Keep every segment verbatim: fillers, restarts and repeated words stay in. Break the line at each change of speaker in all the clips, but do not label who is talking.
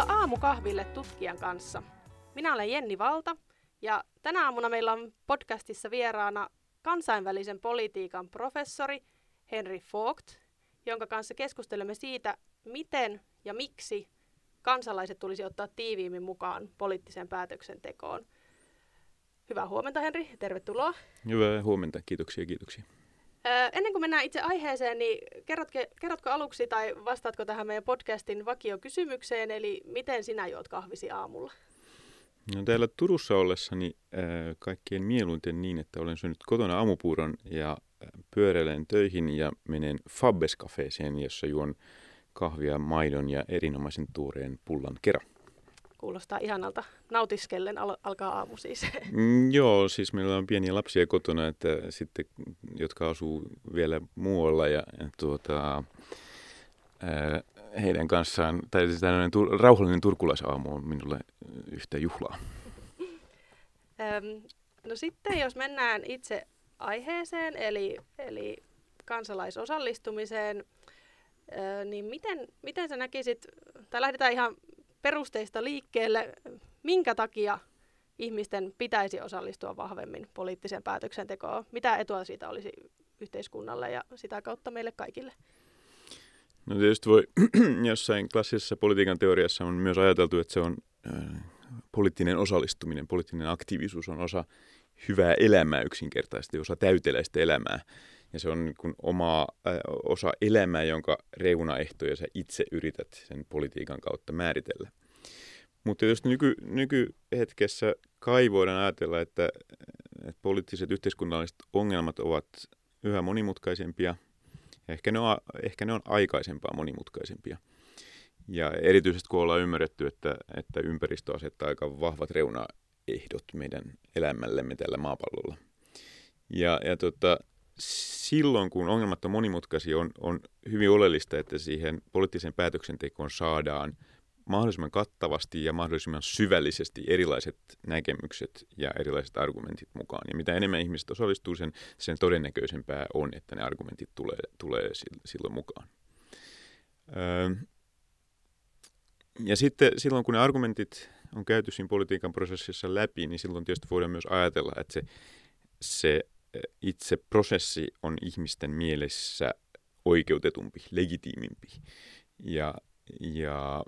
Tervetuloa aamukahville tutkijan kanssa. Minä olen Jenni Valta ja tänä aamuna meillä on podcastissa vieraana kansainvälisen politiikan professori Henry Vogt, jonka kanssa keskustelemme siitä, miten ja miksi kansalaiset tulisi ottaa tiiviimmin mukaan poliittiseen päätöksentekoon. Hyvää huomenta, Henry. Tervetuloa.
Hyvää huomenta. Kiitoksia, kiitoksia.
Öö, ennen kuin mennään itse aiheeseen, niin kerrotko, kerrotko aluksi tai vastaatko tähän meidän podcastin vakiokysymykseen, eli miten sinä juot kahvisi aamulla?
No, täällä Turussa ollessani äh, kaikkein mieluiten niin, että olen syönyt kotona aamupuuron ja pyöräilen töihin ja menen Fabbes-kafeeseen, jossa juon kahvia, maidon ja erinomaisen tuoreen pullan kera.
Kuulostaa ihanalta. Nautiskellen al- alkaa aamu siis.
Mm, joo, siis meillä on pieniä lapsia kotona, että sitten, jotka asuu vielä muualla ja, ja tuota, ää, heidän kanssaan, tai siis tällainen tur- rauhallinen turkulaisaamu on minulle yhtä juhlaa.
Öm, no sitten jos mennään itse aiheeseen, eli, eli kansalaisosallistumiseen, ö, niin miten, miten sä näkisit, tai lähdetään ihan perusteista liikkeelle, minkä takia ihmisten pitäisi osallistua vahvemmin poliittiseen päätöksentekoon? Mitä etua siitä olisi yhteiskunnalle ja sitä kautta meille kaikille?
No tietysti voi, jossain klassisessa politiikan teoriassa on myös ajateltu, että se on äh, poliittinen osallistuminen, poliittinen aktiivisuus on osa hyvää elämää yksinkertaisesti, osa täyteläistä elämää. Ja se on niin kuin oma äh, osa elämää, jonka reunaehtoja sä itse yrität sen politiikan kautta määritellä. Mutta tietysti nyky, nykyhetkessä kai voidaan ajatella, että, että poliittiset yhteiskunnalliset ongelmat ovat yhä monimutkaisempia. Ja ehkä ne on, ehkä ne on aikaisempaa monimutkaisempia. Ja erityisesti kun ollaan ymmärretty, että, että ympäristö asettaa aika vahvat reunaehdot meidän elämällemme tällä maapallolla. Ja, ja tota, silloin, kun ongelmat on monimutkaisia, on, on hyvin oleellista, että siihen poliittiseen päätöksentekoon saadaan mahdollisimman kattavasti ja mahdollisimman syvällisesti erilaiset näkemykset ja erilaiset argumentit mukaan. Ja mitä enemmän ihmiset osallistuu, sen, sen todennäköisempää on, että ne argumentit tulee, tulee silloin mukaan. Öö, ja sitten silloin, kun ne argumentit on käyty siinä politiikan prosessissa läpi, niin silloin tietysti voidaan myös ajatella, että se, se itse prosessi on ihmisten mielessä oikeutetumpi, legitiimimpi. Ja, ja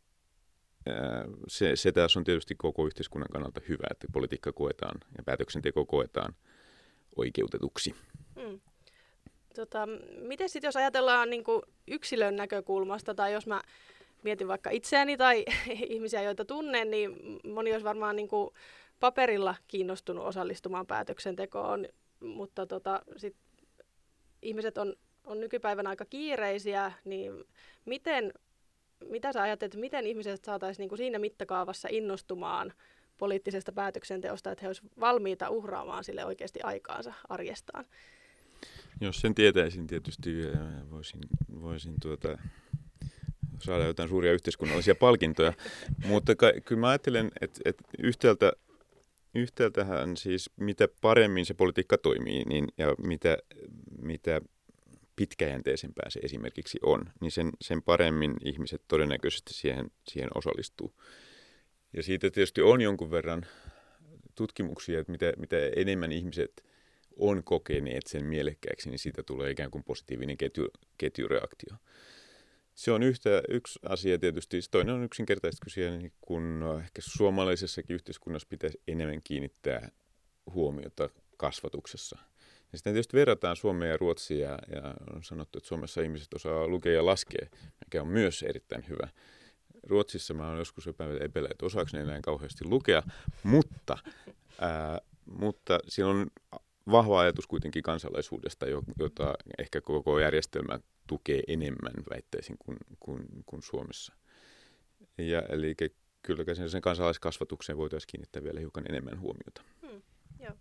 se, se taas on tietysti koko yhteiskunnan kannalta hyvä, että politiikka koetaan ja päätöksenteko koetaan oikeutetuksi.
Hmm. Tota, miten sitten jos ajatellaan niin kuin yksilön näkökulmasta, tai jos mä mietin vaikka itseäni tai ihmisiä, joita tunnen, niin moni olisi varmaan niin kuin paperilla kiinnostunut osallistumaan päätöksentekoon, mutta tota, sit ihmiset on, on nykypäivänä aika kiireisiä, niin miten, mitä sä ajattelet, että miten ihmiset saataisiin niinku siinä mittakaavassa innostumaan poliittisesta päätöksenteosta, että he olisivat valmiita uhraamaan sille oikeasti aikaansa arjestaan?
Jos sen tietäisin, tietysti voisin, voisin tuota, saada jotain suuria yhteiskunnallisia palkintoja, mutta ka- kyllä mä ajattelen, että, että yhtäältä Yhtäältähän siis mitä paremmin se politiikka toimii niin, ja mitä, mitä pitkäjänteisempää se esimerkiksi on, niin sen, sen paremmin ihmiset todennäköisesti siihen, siihen osallistuu. Ja siitä tietysti on jonkun verran tutkimuksia, että mitä, mitä enemmän ihmiset on kokeneet sen mielekkääksi, niin siitä tulee ikään kuin positiivinen ketju, ketjureaktio. Se on yhtä, yksi asia tietysti. Toinen on yksinkertaisesti kysyä, kun ehkä suomalaisessakin yhteiskunnassa pitäisi enemmän kiinnittää huomiota kasvatuksessa. Ja sitten tietysti verrataan Suomea ja Ruotsia ja, ja on sanottu, että Suomessa ihmiset osaa lukea ja laskea, mikä on myös erittäin hyvä. Ruotsissa mä olen joskus epäillyt, että osaako ne enää kauheasti lukea, mutta, ää, mutta siinä on vahva ajatus kuitenkin kansalaisuudesta, jota ehkä koko järjestelmä tukee enemmän, väittäisin, kuin, kuin, kuin Suomessa. Ja, eli kyllä sen kansalaiskasvatukseen voitaisiin kiinnittää vielä hiukan enemmän huomiota.
Hmm, joo.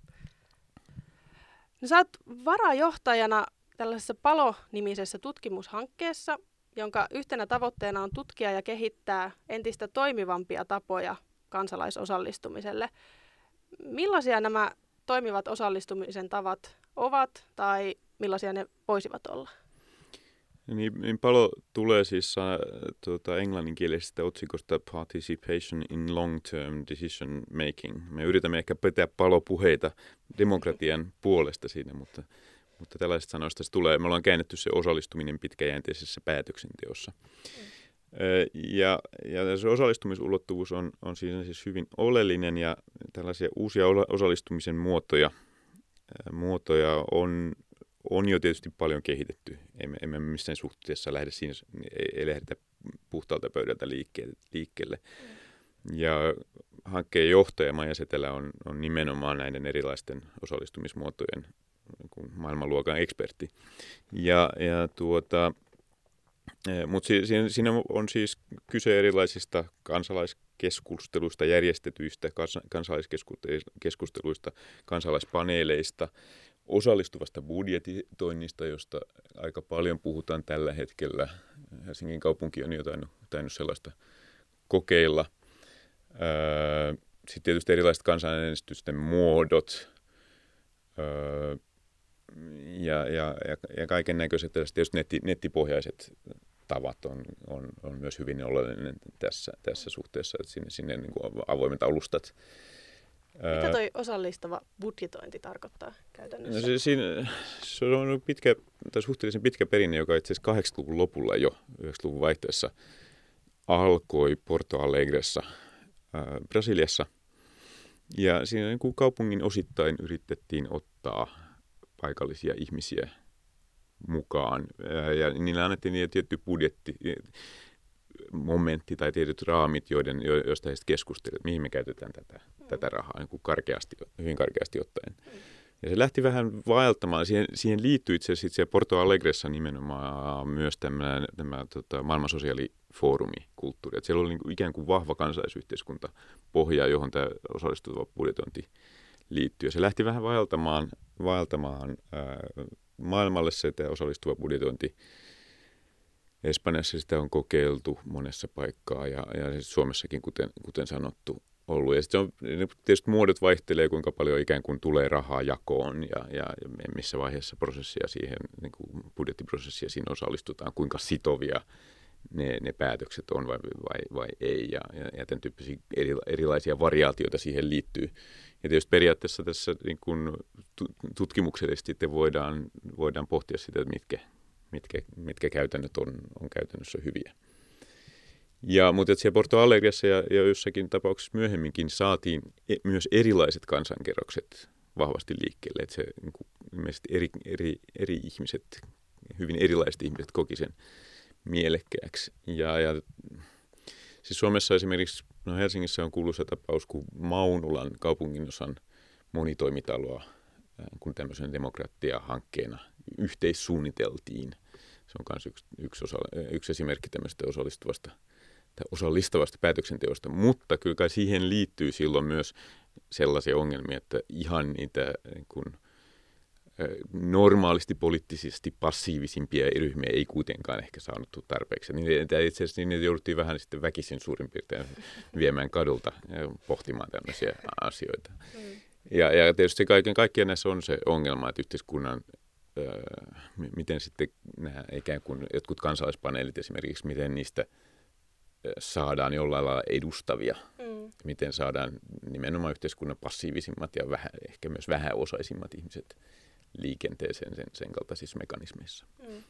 No, sä oot varajohtajana tällaisessa Palo-nimisessä tutkimushankkeessa, jonka yhtenä tavoitteena on tutkia ja kehittää entistä toimivampia tapoja kansalaisosallistumiselle. Millaisia nämä toimivat osallistumisen tavat ovat tai millaisia ne voisivat olla?
Niin, niin palo tulee siis äh, tuota, englanninkielisestä otsikosta Participation in Long-Term Decision Making. Me yritämme ehkä pitää palopuheita demokratian puolesta siinä, mutta, mutta tällaisista sanoista se tulee. Me ollaan käännetty se osallistuminen pitkäjänteisessä päätöksenteossa. Mm. Ja, ja se osallistumisuulottuvuus on, on siinä siis hyvin oleellinen ja tällaisia uusia osallistumisen muotoja, muotoja on, on jo tietysti paljon kehitetty. Emme, emme missään suhteessa lähde siinä, ei lähdetä puhtaalta pöydältä liikkeelle. Ja hankkeen johtaja Maija Setelä on, on nimenomaan näiden erilaisten osallistumismuotojen maailmanluokan ekspertti. Ja, ja tuota... Mutta siinä, siinä on siis kyse erilaisista kansalaiskeskusteluista, järjestetyistä kansalaiskeskusteluista, kansalaispaneeleista, osallistuvasta budjetitoinnista, josta aika paljon puhutaan tällä hetkellä. Helsingin kaupunki on jo tainnut, tainnut sellaista kokeilla. Sitten tietysti erilaiset kansanäänestysten muodot. Ja, ja, ja kaiken näköiset tietysti netti, nettipohjaiset tavat on, on, on myös hyvin oleellinen tässä, tässä suhteessa, että sinne, sinne niin kuin avoimet alustat.
Mitä toi osallistava budjetointi tarkoittaa käytännössä?
No se, siinä, se on pitkä, tai suhteellisen pitkä perinne, joka itse asiassa kahdeksankymmentäluvun lopulla jo, yhdeksänkymmentäluvun vaihteessa alkoi Porto Alegressa, ää, Brasiliassa. Ja siinä niin kuin kaupungin osittain yritettiin ottaa paikallisia ihmisiä mukaan. Ja niillä annettiin niitä tietty budjetti, momentti tai tietyt raamit, joiden, joista he keskustelivat, mihin me käytetään tätä, mm. tätä rahaa niin kuin karkeasti, hyvin karkeasti ottaen. Mm. Ja se lähti vähän vaeltamaan. Siihen, siihen liittyy itse asiassa itse Porto Alegressa nimenomaan myös tämä, tämä tota, maailman sosiaalifoorumi-kulttuuri. Että siellä oli niin kuin ikään kuin vahva kansalaisyhteiskunta pohja, johon tämä osallistuva budjetointi liittyy. Ja se lähti vähän vaeltamaan, vaeltamaan ää, maailmalle se tämä osallistuva budjetointi. Espanjassa sitä on kokeiltu monessa paikkaa ja, ja Suomessakin, kuten, kuten sanottu, ollut. Ja sitten on, tietysti muodot vaihtelee, kuinka paljon ikään kuin tulee rahaa jakoon ja, ja, ja missä vaiheessa prosessia siihen, niin kuin budjettiprosessia siinä osallistutaan, kuinka sitovia ne, ne päätökset on vai, vai, vai ei. Ja, ja, ja tämän tyyppisiä eri, erilaisia variaatioita siihen liittyy. Ja tietysti periaatteessa tässä niin kuin tutkimuksellisesti voidaan, voidaan pohtia sitä, että mitkä, mitkä, mitkä käytännöt on, on käytännössä hyviä. Ja, mutta siellä Porto Alegressa ja, ja jossakin tapauksessa myöhemminkin saatiin e, myös erilaiset kansankerrokset vahvasti liikkeelle. Että se, niin kuin, eri, eri, eri ihmiset, hyvin erilaiset ihmiset koki sen mielekkääksi. Ja, ja siis Suomessa esimerkiksi, no Helsingissä on kuuluisa tapaus, kun Maunulan kaupunginosan monitoimitaloa, kun tämmöisen demokratia-hankkeena yhteissuunniteltiin. Se on myös yksi, yksi, osa, yksi esimerkki tämmöistä osallistuvasta tai osallistavasta päätöksenteosta, mutta kyllä kai siihen liittyy silloin myös sellaisia ongelmia, että ihan niitä niin kuin, normaalisti poliittisesti passiivisimpia ryhmiä ei kuitenkaan ehkä saanut tarpeeksi. Niitä, itse asiassa niitä jouduttiin vähän sitten väkisin suurin piirtein viemään kadulta ja pohtimaan tämmöisiä asioita. Mm. Ja, ja tietysti kaiken kaikkiaan näissä on se ongelma, että yhteiskunnan, ää, miten sitten nämä ikään kuin jotkut kansalaispaneelit esimerkiksi, miten niistä saadaan jollain lailla edustavia, mm. miten saadaan nimenomaan yhteiskunnan passiivisimmat ja vähän, ehkä myös vähäosaisimmat ihmiset liikenteeseen sen, sen kaltaisissa mekanismeissa. Mm.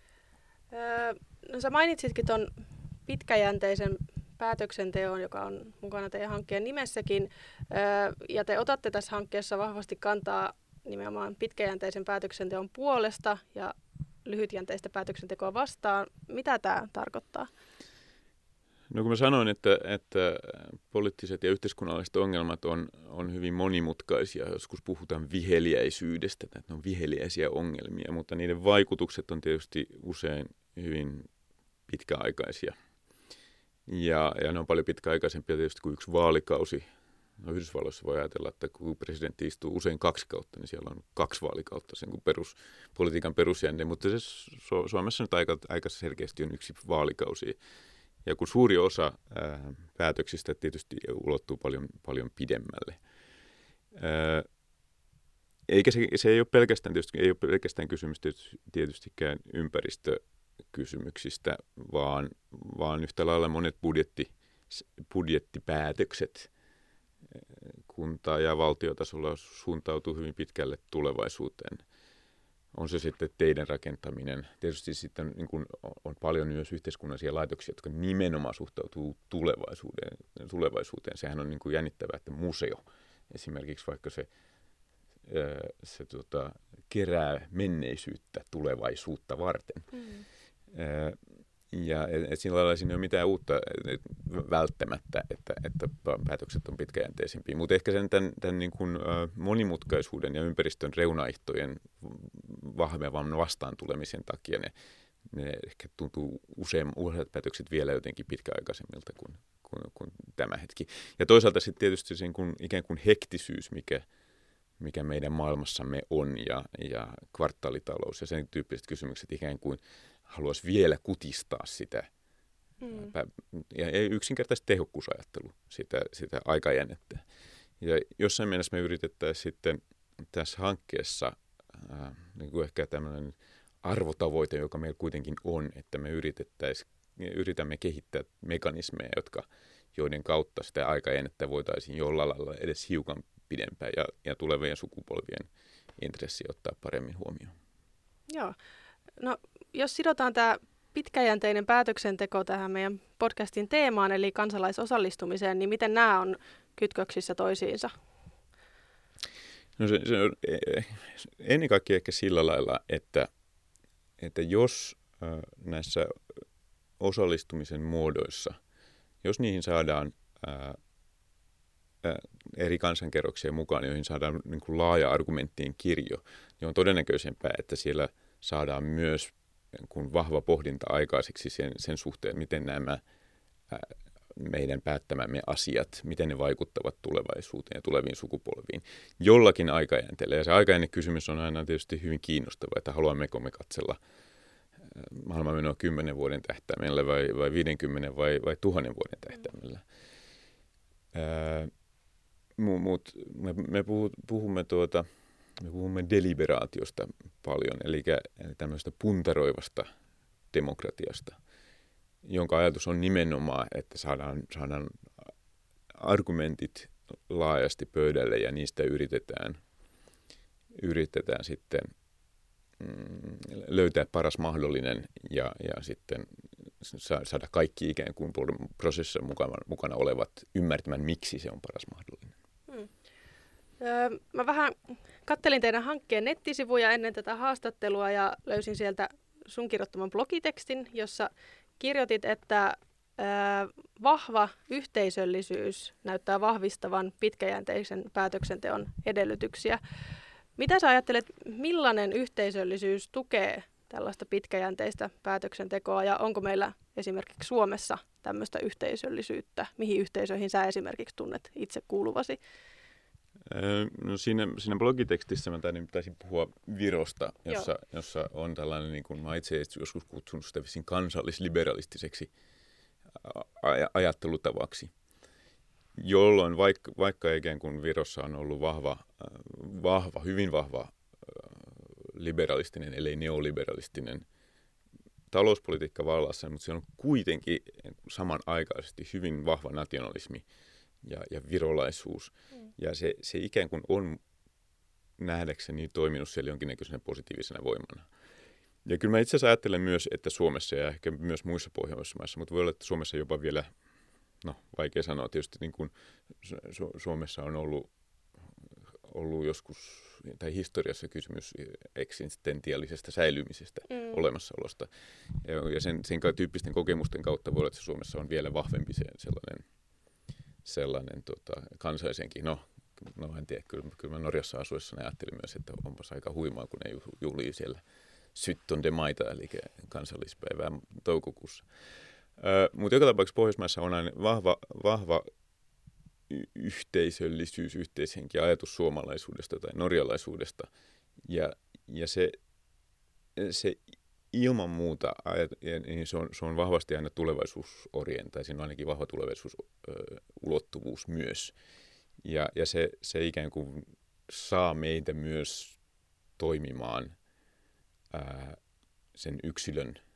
Öö, no sä mainitsitkin tuon pitkäjänteisen päätöksenteon, joka on mukana teidän hankkeen nimessäkin, öö, ja te otatte tässä hankkeessa vahvasti kantaa nimenomaan pitkäjänteisen päätöksenteon puolesta ja lyhytjänteistä päätöksentekoa vastaan. Mitä tämä tarkoittaa?
No kun mä sanoin, että, että poliittiset ja yhteiskunnalliset ongelmat on, on hyvin monimutkaisia. Joskus puhutaan viheliäisyydestä, että ne on viheliäisiä ongelmia, mutta niiden vaikutukset on tietysti usein hyvin pitkäaikaisia. Ja, ja ne on paljon pitkäaikaisempia tietysti kuin yksi vaalikausi. No Yhdysvalloissa voi ajatella, että kun presidentti istuu usein kaksi kautta, niin siellä on kaksi vaalikautta sen kuin perus, politiikan perusjänne, mutta se Suomessa nyt aika, aika selkeästi on yksi vaalikausi. Ja kun suuri osa ää, päätöksistä tietysti ulottuu paljon, paljon pidemmälle. Ää, eikä se, se ei ole pelkästään, tietysti, ei ole pelkästään kysymys tietystikään ympäristö, kysymyksistä, vaan, vaan yhtä lailla monet budjetti, budjettipäätökset kunta- ja valtiotasolla suuntautuu hyvin pitkälle tulevaisuuteen. On se sitten teidän rakentaminen. Tietysti sitten niin kuin on paljon myös yhteiskunnallisia laitoksia, jotka nimenomaan suhtautuu tulevaisuuteen. tulevaisuuteen. Sehän on niin kuin jännittävää, että museo esimerkiksi, vaikka se, se tota, kerää menneisyyttä tulevaisuutta varten. Mm. Ja et sillä lailla siinä ei ole mitään uutta et, välttämättä, että, että päätökset on pitkäjänteisempiä. Mutta ehkä sen tämän, tämän niin kuin, ä, monimutkaisuuden ja ympäristön reunaehtojen vahvemman vastaan tulemisen takia ne, ne ehkä tuntuu usein, useat päätökset vielä jotenkin pitkäaikaisemmilta kuin, kuin, kuin tämä hetki. Ja toisaalta sitten tietysti sen kun, ikään kuin hektisyys, mikä, mikä meidän maailmassamme on, ja, ja kvartaalitalous ja sen tyyppiset kysymykset ikään kuin haluaisi vielä kutistaa sitä, mm. ja yksinkertaisesti tehokkuusajattelu, sitä, sitä aikajännettä. Ja jossain mielessä me yritettäisiin sitten tässä hankkeessa äh, niin kuin ehkä tämmöinen arvotavoite, joka meillä kuitenkin on, että me yritettäisiin, yritämme kehittää mekanismeja, jotka, joiden kautta sitä aikajännettä voitaisiin jollain lailla edes hiukan pidempään ja, ja tulevien sukupolvien intressi ottaa paremmin huomioon.
Joo. No, jos sidotaan tämä pitkäjänteinen päätöksenteko tähän meidän podcastin teemaan, eli kansalaisosallistumiseen, niin miten nämä on kytköksissä toisiinsa?
No se, se on ennen kaikkea ehkä sillä lailla, että, että jos äh, näissä osallistumisen muodoissa, jos niihin saadaan äh, äh, eri kansankerroksia mukaan, joihin saadaan niin kuin laaja argumenttien kirjo, niin on todennäköisempää, että siellä saadaan myös kun vahva pohdinta aikaiseksi sen, sen suhteen, miten nämä ää, meidän päättämämme asiat, miten ne vaikuttavat tulevaisuuteen ja tuleviin sukupolviin jollakin aikajänteellä. Ja se aikajännekysymys on aina tietysti hyvin kiinnostava, että haluammeko me katsella maailmanmenoa kymmenen vuoden tähtäimellä vai, vai viidenkymmenen vai, vai tuhannen vuoden tähtäimellä. Ää, Mutta me, me puhumme tuota... Me puhumme deliberaatiosta paljon, eli tämmöistä puntaroivasta demokratiasta, jonka ajatus on nimenomaan, että saadaan, saadaan argumentit laajasti pöydälle ja niistä yritetään, yritetään sitten mm, löytää paras mahdollinen ja, ja sitten saada kaikki ikään kuin prosessissa mukana, mukana olevat ymmärtämään, miksi se on paras mahdollinen. Hmm.
Öö, mä vähän kattelin teidän hankkeen nettisivuja ennen tätä haastattelua ja löysin sieltä sun kirjoittaman blogitekstin, jossa kirjoitit, että öö, vahva yhteisöllisyys näyttää vahvistavan pitkäjänteisen päätöksenteon edellytyksiä. Mitä sä ajattelet, millainen yhteisöllisyys tukee tällaista pitkäjänteistä päätöksentekoa ja onko meillä esimerkiksi Suomessa tämmöistä yhteisöllisyyttä? Mihin yhteisöihin sä esimerkiksi tunnet itse kuuluvasi?
No siinä, siinä blogitekstissä mä taisin puhua Virosta, jossa, jossa on tällainen, niin kuin mä itse joskus kutsunut sitä vissiin kansallisliberalistiseksi aj- ajattelutavaksi, jolloin vaikka, vaikka ikään kuin Virossa on ollut vahva, vahva hyvin vahva liberalistinen, ellei neoliberalistinen talouspolitiikka vallassa, mutta se on kuitenkin samanaikaisesti hyvin vahva nationalismi ja, ja virolaisuus. Mm. Ja se, se ikään kuin on nähdäkseni toiminut siellä jonkinnäköisenä positiivisena voimana. Ja kyllä mä itse asiassa ajattelen myös, että Suomessa ja ehkä myös muissa pohjoismaissa maissa, mutta voi olla, että Suomessa jopa vielä, no vaikea sanoa tietysti, niin kuin Su- Suomessa on ollut, ollut joskus, tai historiassa kysymys eksistentiaalisesta säilymisestä, mm. olemassaolosta. Ja, ja sen, sen tyyppisten kokemusten kautta voi olla, että Suomessa on vielä vahvempi se, sellainen, sellainen tota, kansaisenkin. No, no en tiedä, kyllä, kyllä mä Norjassa asuessani ajattelin myös, että onpas aika huimaa, kun ne juhlii siellä syttönde maita, eli kansallispäivää toukokuussa. Ö, mutta joka tapauksessa Pohjoismaissa on aina vahva, vahva y- yhteisöllisyys, yhteishenki, ajatus suomalaisuudesta tai norjalaisuudesta. Ja, ja se, se ilman muuta, niin se on, se on vahvasti aina tulevaisuusorientainen, siinä on ainakin vahva tulevaisuusulottuvuus myös. Ja, ja se, se ikään kuin saa meitä myös toimimaan ää, sen yksilön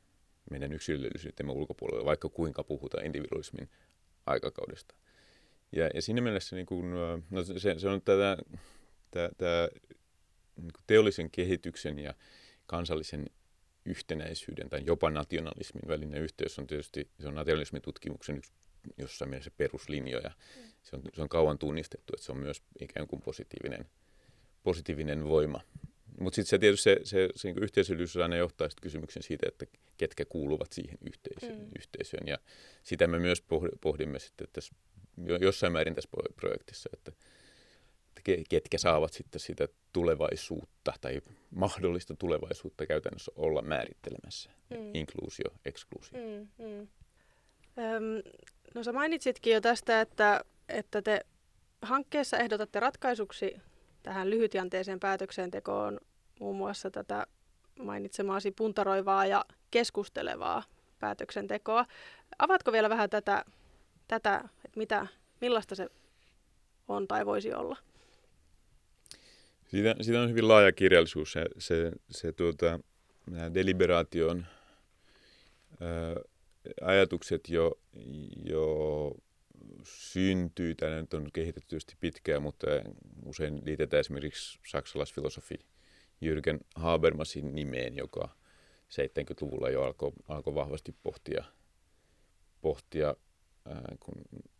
meidän yksilöllisyytemme ulkopuolella, vaikka kuinka puhutaan individualismin aikakaudesta. Ja, ja siinä mielessä niin kuin, no se, se on tätä, tätä niin kuin teollisen kehityksen ja kansallisen yhtenäisyyden tai jopa nationalismin välinen yhteys on tietysti, se on nationalismin tutkimuksen yksi jossain mielessä peruslinjoja. Mm. Se, on, se on kauan tunnistettu, että se on myös ikään kuin positiivinen, positiivinen voima. Mutta sitten se tietysti se, se, se niin yhteisöllisyys aina johtaa sit kysymyksen siitä, että ketkä kuuluvat siihen yhteisöön. Mm. yhteisöön. Ja sitä me myös pohdimme sitten tässä, jossain määrin tässä projektissa, että, että ketkä saavat sitten sitä tulevaisuutta tai mahdollista tulevaisuutta käytännössä olla määrittelemässä. Mm. Inkluusio, ekskluusio.
Mm, mm. Öm, no sä mainitsitkin jo tästä, että, että te hankkeessa ehdotatte ratkaisuksi tähän lyhytjänteiseen päätöksentekoon muun muassa tätä mainitsemaasi puntaroivaa ja keskustelevaa päätöksentekoa. Avaatko vielä vähän tätä, tätä että mitä, millaista se on tai voisi olla?
Siitä, siitä on hyvin laaja kirjallisuus. Se, se, se tuota, deliberaation ää, ajatukset jo, jo syntyy, tai nyt on kehitetty tietysti pitkään, mutta usein liitetään esimerkiksi saksalaisfilosofi Jürgen Habermasin nimeen, joka seitsemänkymmentäluvulla jo alkoi, alkoi vahvasti pohtia, pohtia ää, kun,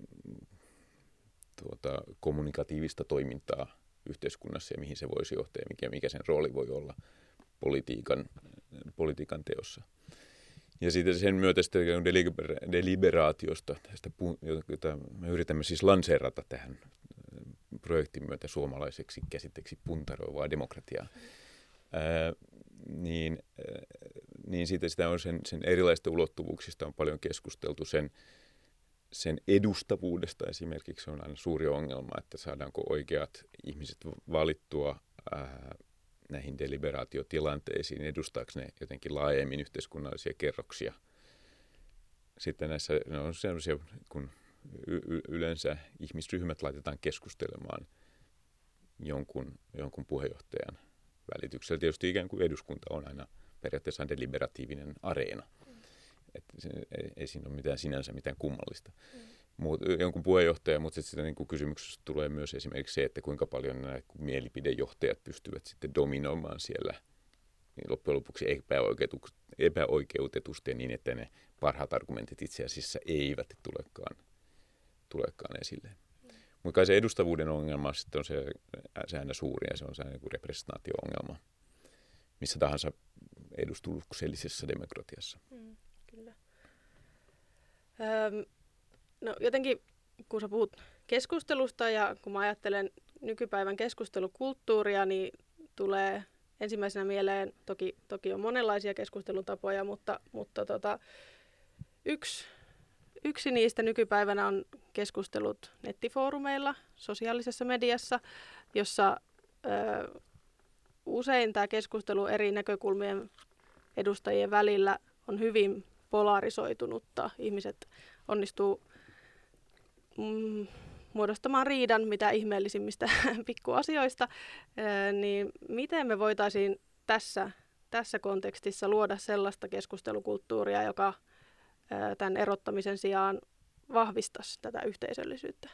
tuota, kommunikatiivista toimintaa yhteiskunnassa ja mihin se voisi johtaa ja mikä, mikä sen rooli voi olla politiikan, politiikan teossa. Ja siitä sen myötä sitten deliberaatiosta, tästä, jota me yritämme siis lanseerata tähän projektin myötä suomalaiseksi käsitteeksi puntaroivaa demokratiaa, ää, niin, niin siitä sitä on sen, sen erilaisista ulottuvuuksista on paljon keskusteltu. Sen, sen edustavuudesta esimerkiksi on aina suuri ongelma, että saadaanko oikeat ihmiset valittua ää, näihin deliberaatiotilanteisiin, edustaako ne jotenkin laajemmin yhteiskunnallisia kerroksia. Sitten näissä ne on sellaisia, kun y- yleensä ihmisryhmät laitetaan keskustelemaan jonkun, jonkun puheenjohtajan välityksellä. Tietysti ikään kuin eduskunta on aina periaatteessa deliberatiivinen areena. Että se, ei, ei siinä ole mitään sinänsä mitään kummallista. Mm. Mut, jonkun puheenjohtaja, mutta sitten niin kysymyksessä tulee myös esimerkiksi se, että kuinka paljon nämä mielipidejohtajat pystyvät sitten dominoimaan siellä niin loppujen lopuksi epäoikeutetusti niin, että ne parhaat argumentit itse asiassa eivät tulekaan, tulekaan esille. Mm. Mutta kai se edustavuuden ongelma sitten on se, se aina suuri ja se on se niin representaatio-ongelma missä tahansa edustuksellisessa demokratiassa. Mm.
Kyllä. Öm, no jotenkin, kun sä puhut keskustelusta ja kun mä ajattelen nykypäivän keskustelukulttuuria, niin tulee ensimmäisenä mieleen, toki, toki on monenlaisia keskustelutapoja, mutta, mutta tota, yksi, yksi niistä nykypäivänä on keskustelut nettifoorumeilla, sosiaalisessa mediassa, jossa ö, usein tämä keskustelu eri näkökulmien edustajien välillä on hyvin polarisoitunutta. Ihmiset onnistuu mm, muodostamaan riidan mitä ihmeellisimmistä pikkuasioista. Ee, niin miten me voitaisiin tässä, tässä kontekstissa luoda sellaista keskustelukulttuuria, joka ää, tämän erottamisen sijaan vahvistaisi tätä yhteisöllisyyttä?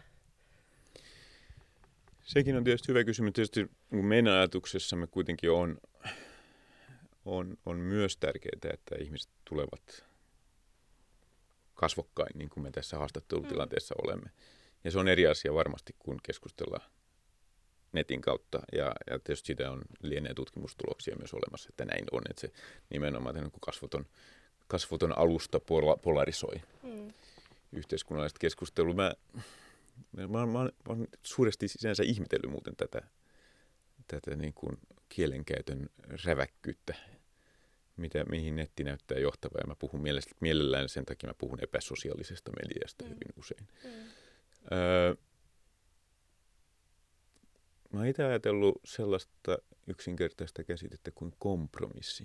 Sekin on tietysti hyvä kysymys. Tietysti meidän ajatuksessamme kuitenkin on, on, on myös tärkeää, että ihmiset tulevat kasvokkain, niin kuin me tässä haastattelutilanteessa mm. olemme. Ja se on eri asia varmasti, kun keskustellaan netin kautta. Ja, ja tietysti siitä on lienee tutkimustuloksia myös olemassa, että näin on. Että se nimenomaan että kasvoton, kasvoton alusta pola, polarisoi mm. yhteiskunnallista keskustelua. Mä, mä, mä, mä, mä olen suuresti sinänsä ihmetellyt muuten tätä, tätä niin kuin kielenkäytön räväkkyyttä. Mitä, mihin netti näyttää johtavaa. Ja mä puhun mielellään, sen takia mä puhun epäsosiaalisesta mediasta mm. hyvin usein. Mm. Öö, mä oon itse ajatellut sellaista yksinkertaista käsitettä kuin kompromissi.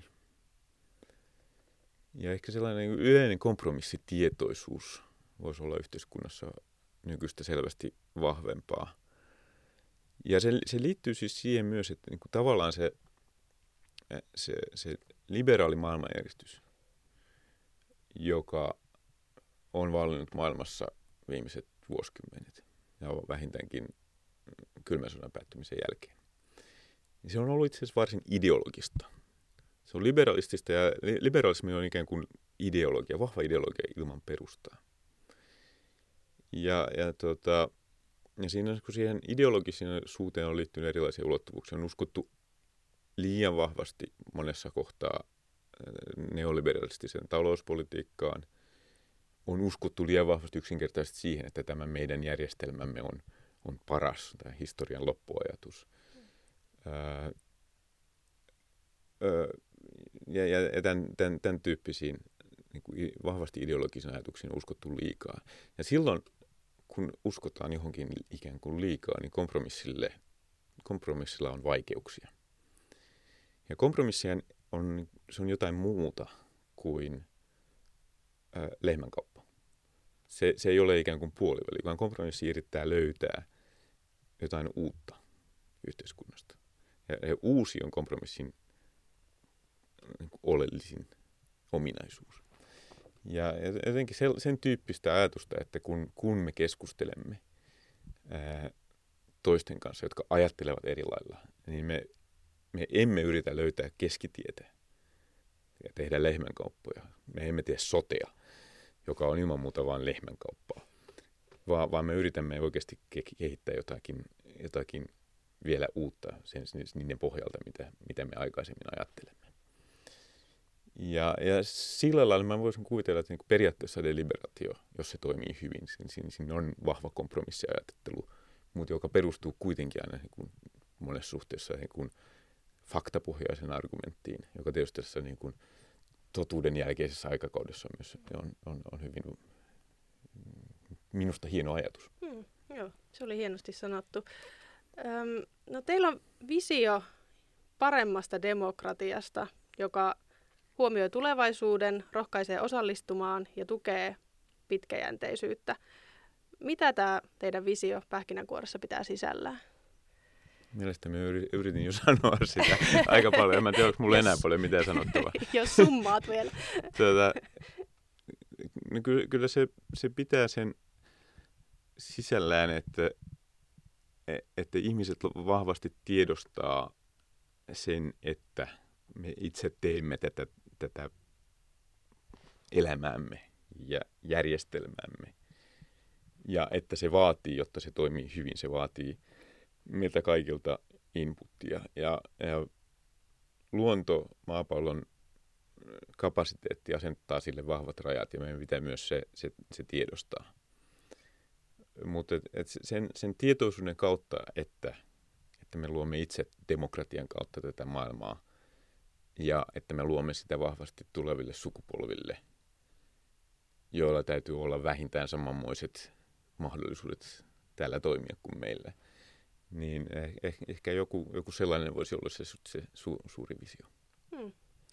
Ja ehkä sellainen yleinen kompromissitietoisuus voisi olla yhteiskunnassa nykyistä selvästi vahvempaa. Ja se, se liittyy siis siihen myös, että niin kuin tavallaan se, se, se liberaali maailmanjärjestys joka on vallinnut maailmassa viimeiset vuosikymmenet ja vähintäänkin kylmän sodan päättymisen jälkeen. Ja se on ollut itse asiassa varsin ideologista. Se on liberalistista ja liberalismi on ikään kuin ideologia, vahva ideologia ilman perustaa. Ja, ja, tota, ja siinä, kun siihen ideologisuuteen on liittynyt erilaisia ulottuvuuksia, on uskottu liian vahvasti monessa kohtaa neoliberalistiseen talouspolitiikkaan. On uskottu liian vahvasti yksinkertaisesti siihen, että tämä meidän järjestelmämme on, on paras, tämä historian loppuajatus. Ää, ää, ja ja tämän, tämän, tämän tyyppisiin niin kuin vahvasti ideologisiin ajatuksiin on uskottu liikaa. Ja silloin, kun uskotaan johonkin ikään kuin liikaa, niin kompromissille, kompromissilla on vaikeuksia. Ja kompromissien on, se on jotain muuta kuin ää, lehmänkauppa. Se, se ei ole ikään kuin puoliväli, vaan kompromissi yrittää löytää jotain uutta yhteiskunnasta. Ja, ja uusi on kompromissin niin kuin oleellisin ominaisuus. Ja jotenkin sen, sen tyyppistä ajatusta, että kun, kun me keskustelemme ää, toisten kanssa, jotka ajattelevat eri lailla, niin me, me emme yritä löytää keskitietä ja tehdä lehmänkauppoja. Me emme tee sotea, joka on ilman muuta vain lehmänkauppaa, vaan, vaan me yritämme oikeasti kehittää jotakin, jotakin vielä uutta sen, niiden pohjalta, mitä, mitä me aikaisemmin ajattelemme. Ja, ja sillä lailla mä voisin kuvitella, että niin periaatteessa deliberaatio, jos se toimii hyvin, siinä, siinä on vahva kompromissiajattelu, mutta joka perustuu kuitenkin aina niin kuin monessa suhteessa niin kuin faktapohjaisen argumenttiin, joka tietysti tässä niin kuin totuuden jälkeisessä aikakaudessa on, myös, on, on, on hyvin minusta hieno ajatus.
Hmm, joo, se oli hienosti sanottu. Öm, no teillä on visio paremmasta demokratiasta, joka huomioi tulevaisuuden, rohkaisee osallistumaan ja tukee pitkäjänteisyyttä. Mitä tämä teidän visio Pähkinänkuoressa pitää sisällään?
Mielestäni yritin jo sanoa sitä aika paljon. En mä tiedä, onko mulla enää paljon mitään sanottavaa.
Jos summaat vielä.
Tuota, no kyllä kyllä se, se pitää sen sisällään, että, että ihmiset vahvasti tiedostaa sen, että me itse teemme tätä, tätä elämäämme ja järjestelmäämme. Ja että se vaatii, jotta se toimii hyvin, se vaatii meiltä kaikilta inputtia. Ja, ja luonto, maapallon kapasiteetti asettaa sille vahvat rajat ja meidän pitää myös se, se, se tiedostaa. Mutta et, et sen, sen tietoisuuden kautta, että, että me luomme itse demokratian kautta tätä maailmaa ja että me luomme sitä vahvasti tuleville sukupolville, joilla täytyy olla vähintään samanmoiset mahdollisuudet täällä toimia kuin meillä, niin eh, ehkä joku, joku sellainen voisi olla se, se su, suuri visio. Hmm.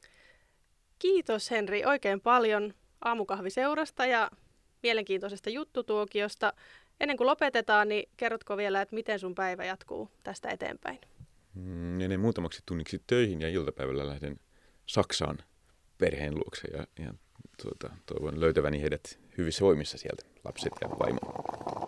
Kiitos Henri oikein paljon Aamukahviseurasta ja mielenkiintoisesta juttutuokiosta. Ennen kuin lopetetaan, niin kerrotko vielä, että miten sun päivä jatkuu tästä eteenpäin?
Menen muutamaksi tunniksi töihin ja iltapäivällä lähden Saksaan perheen luokse ja, ja tuota, toivon löytäväni heidät hyvissä voimissa sieltä, lapset ja vaimo.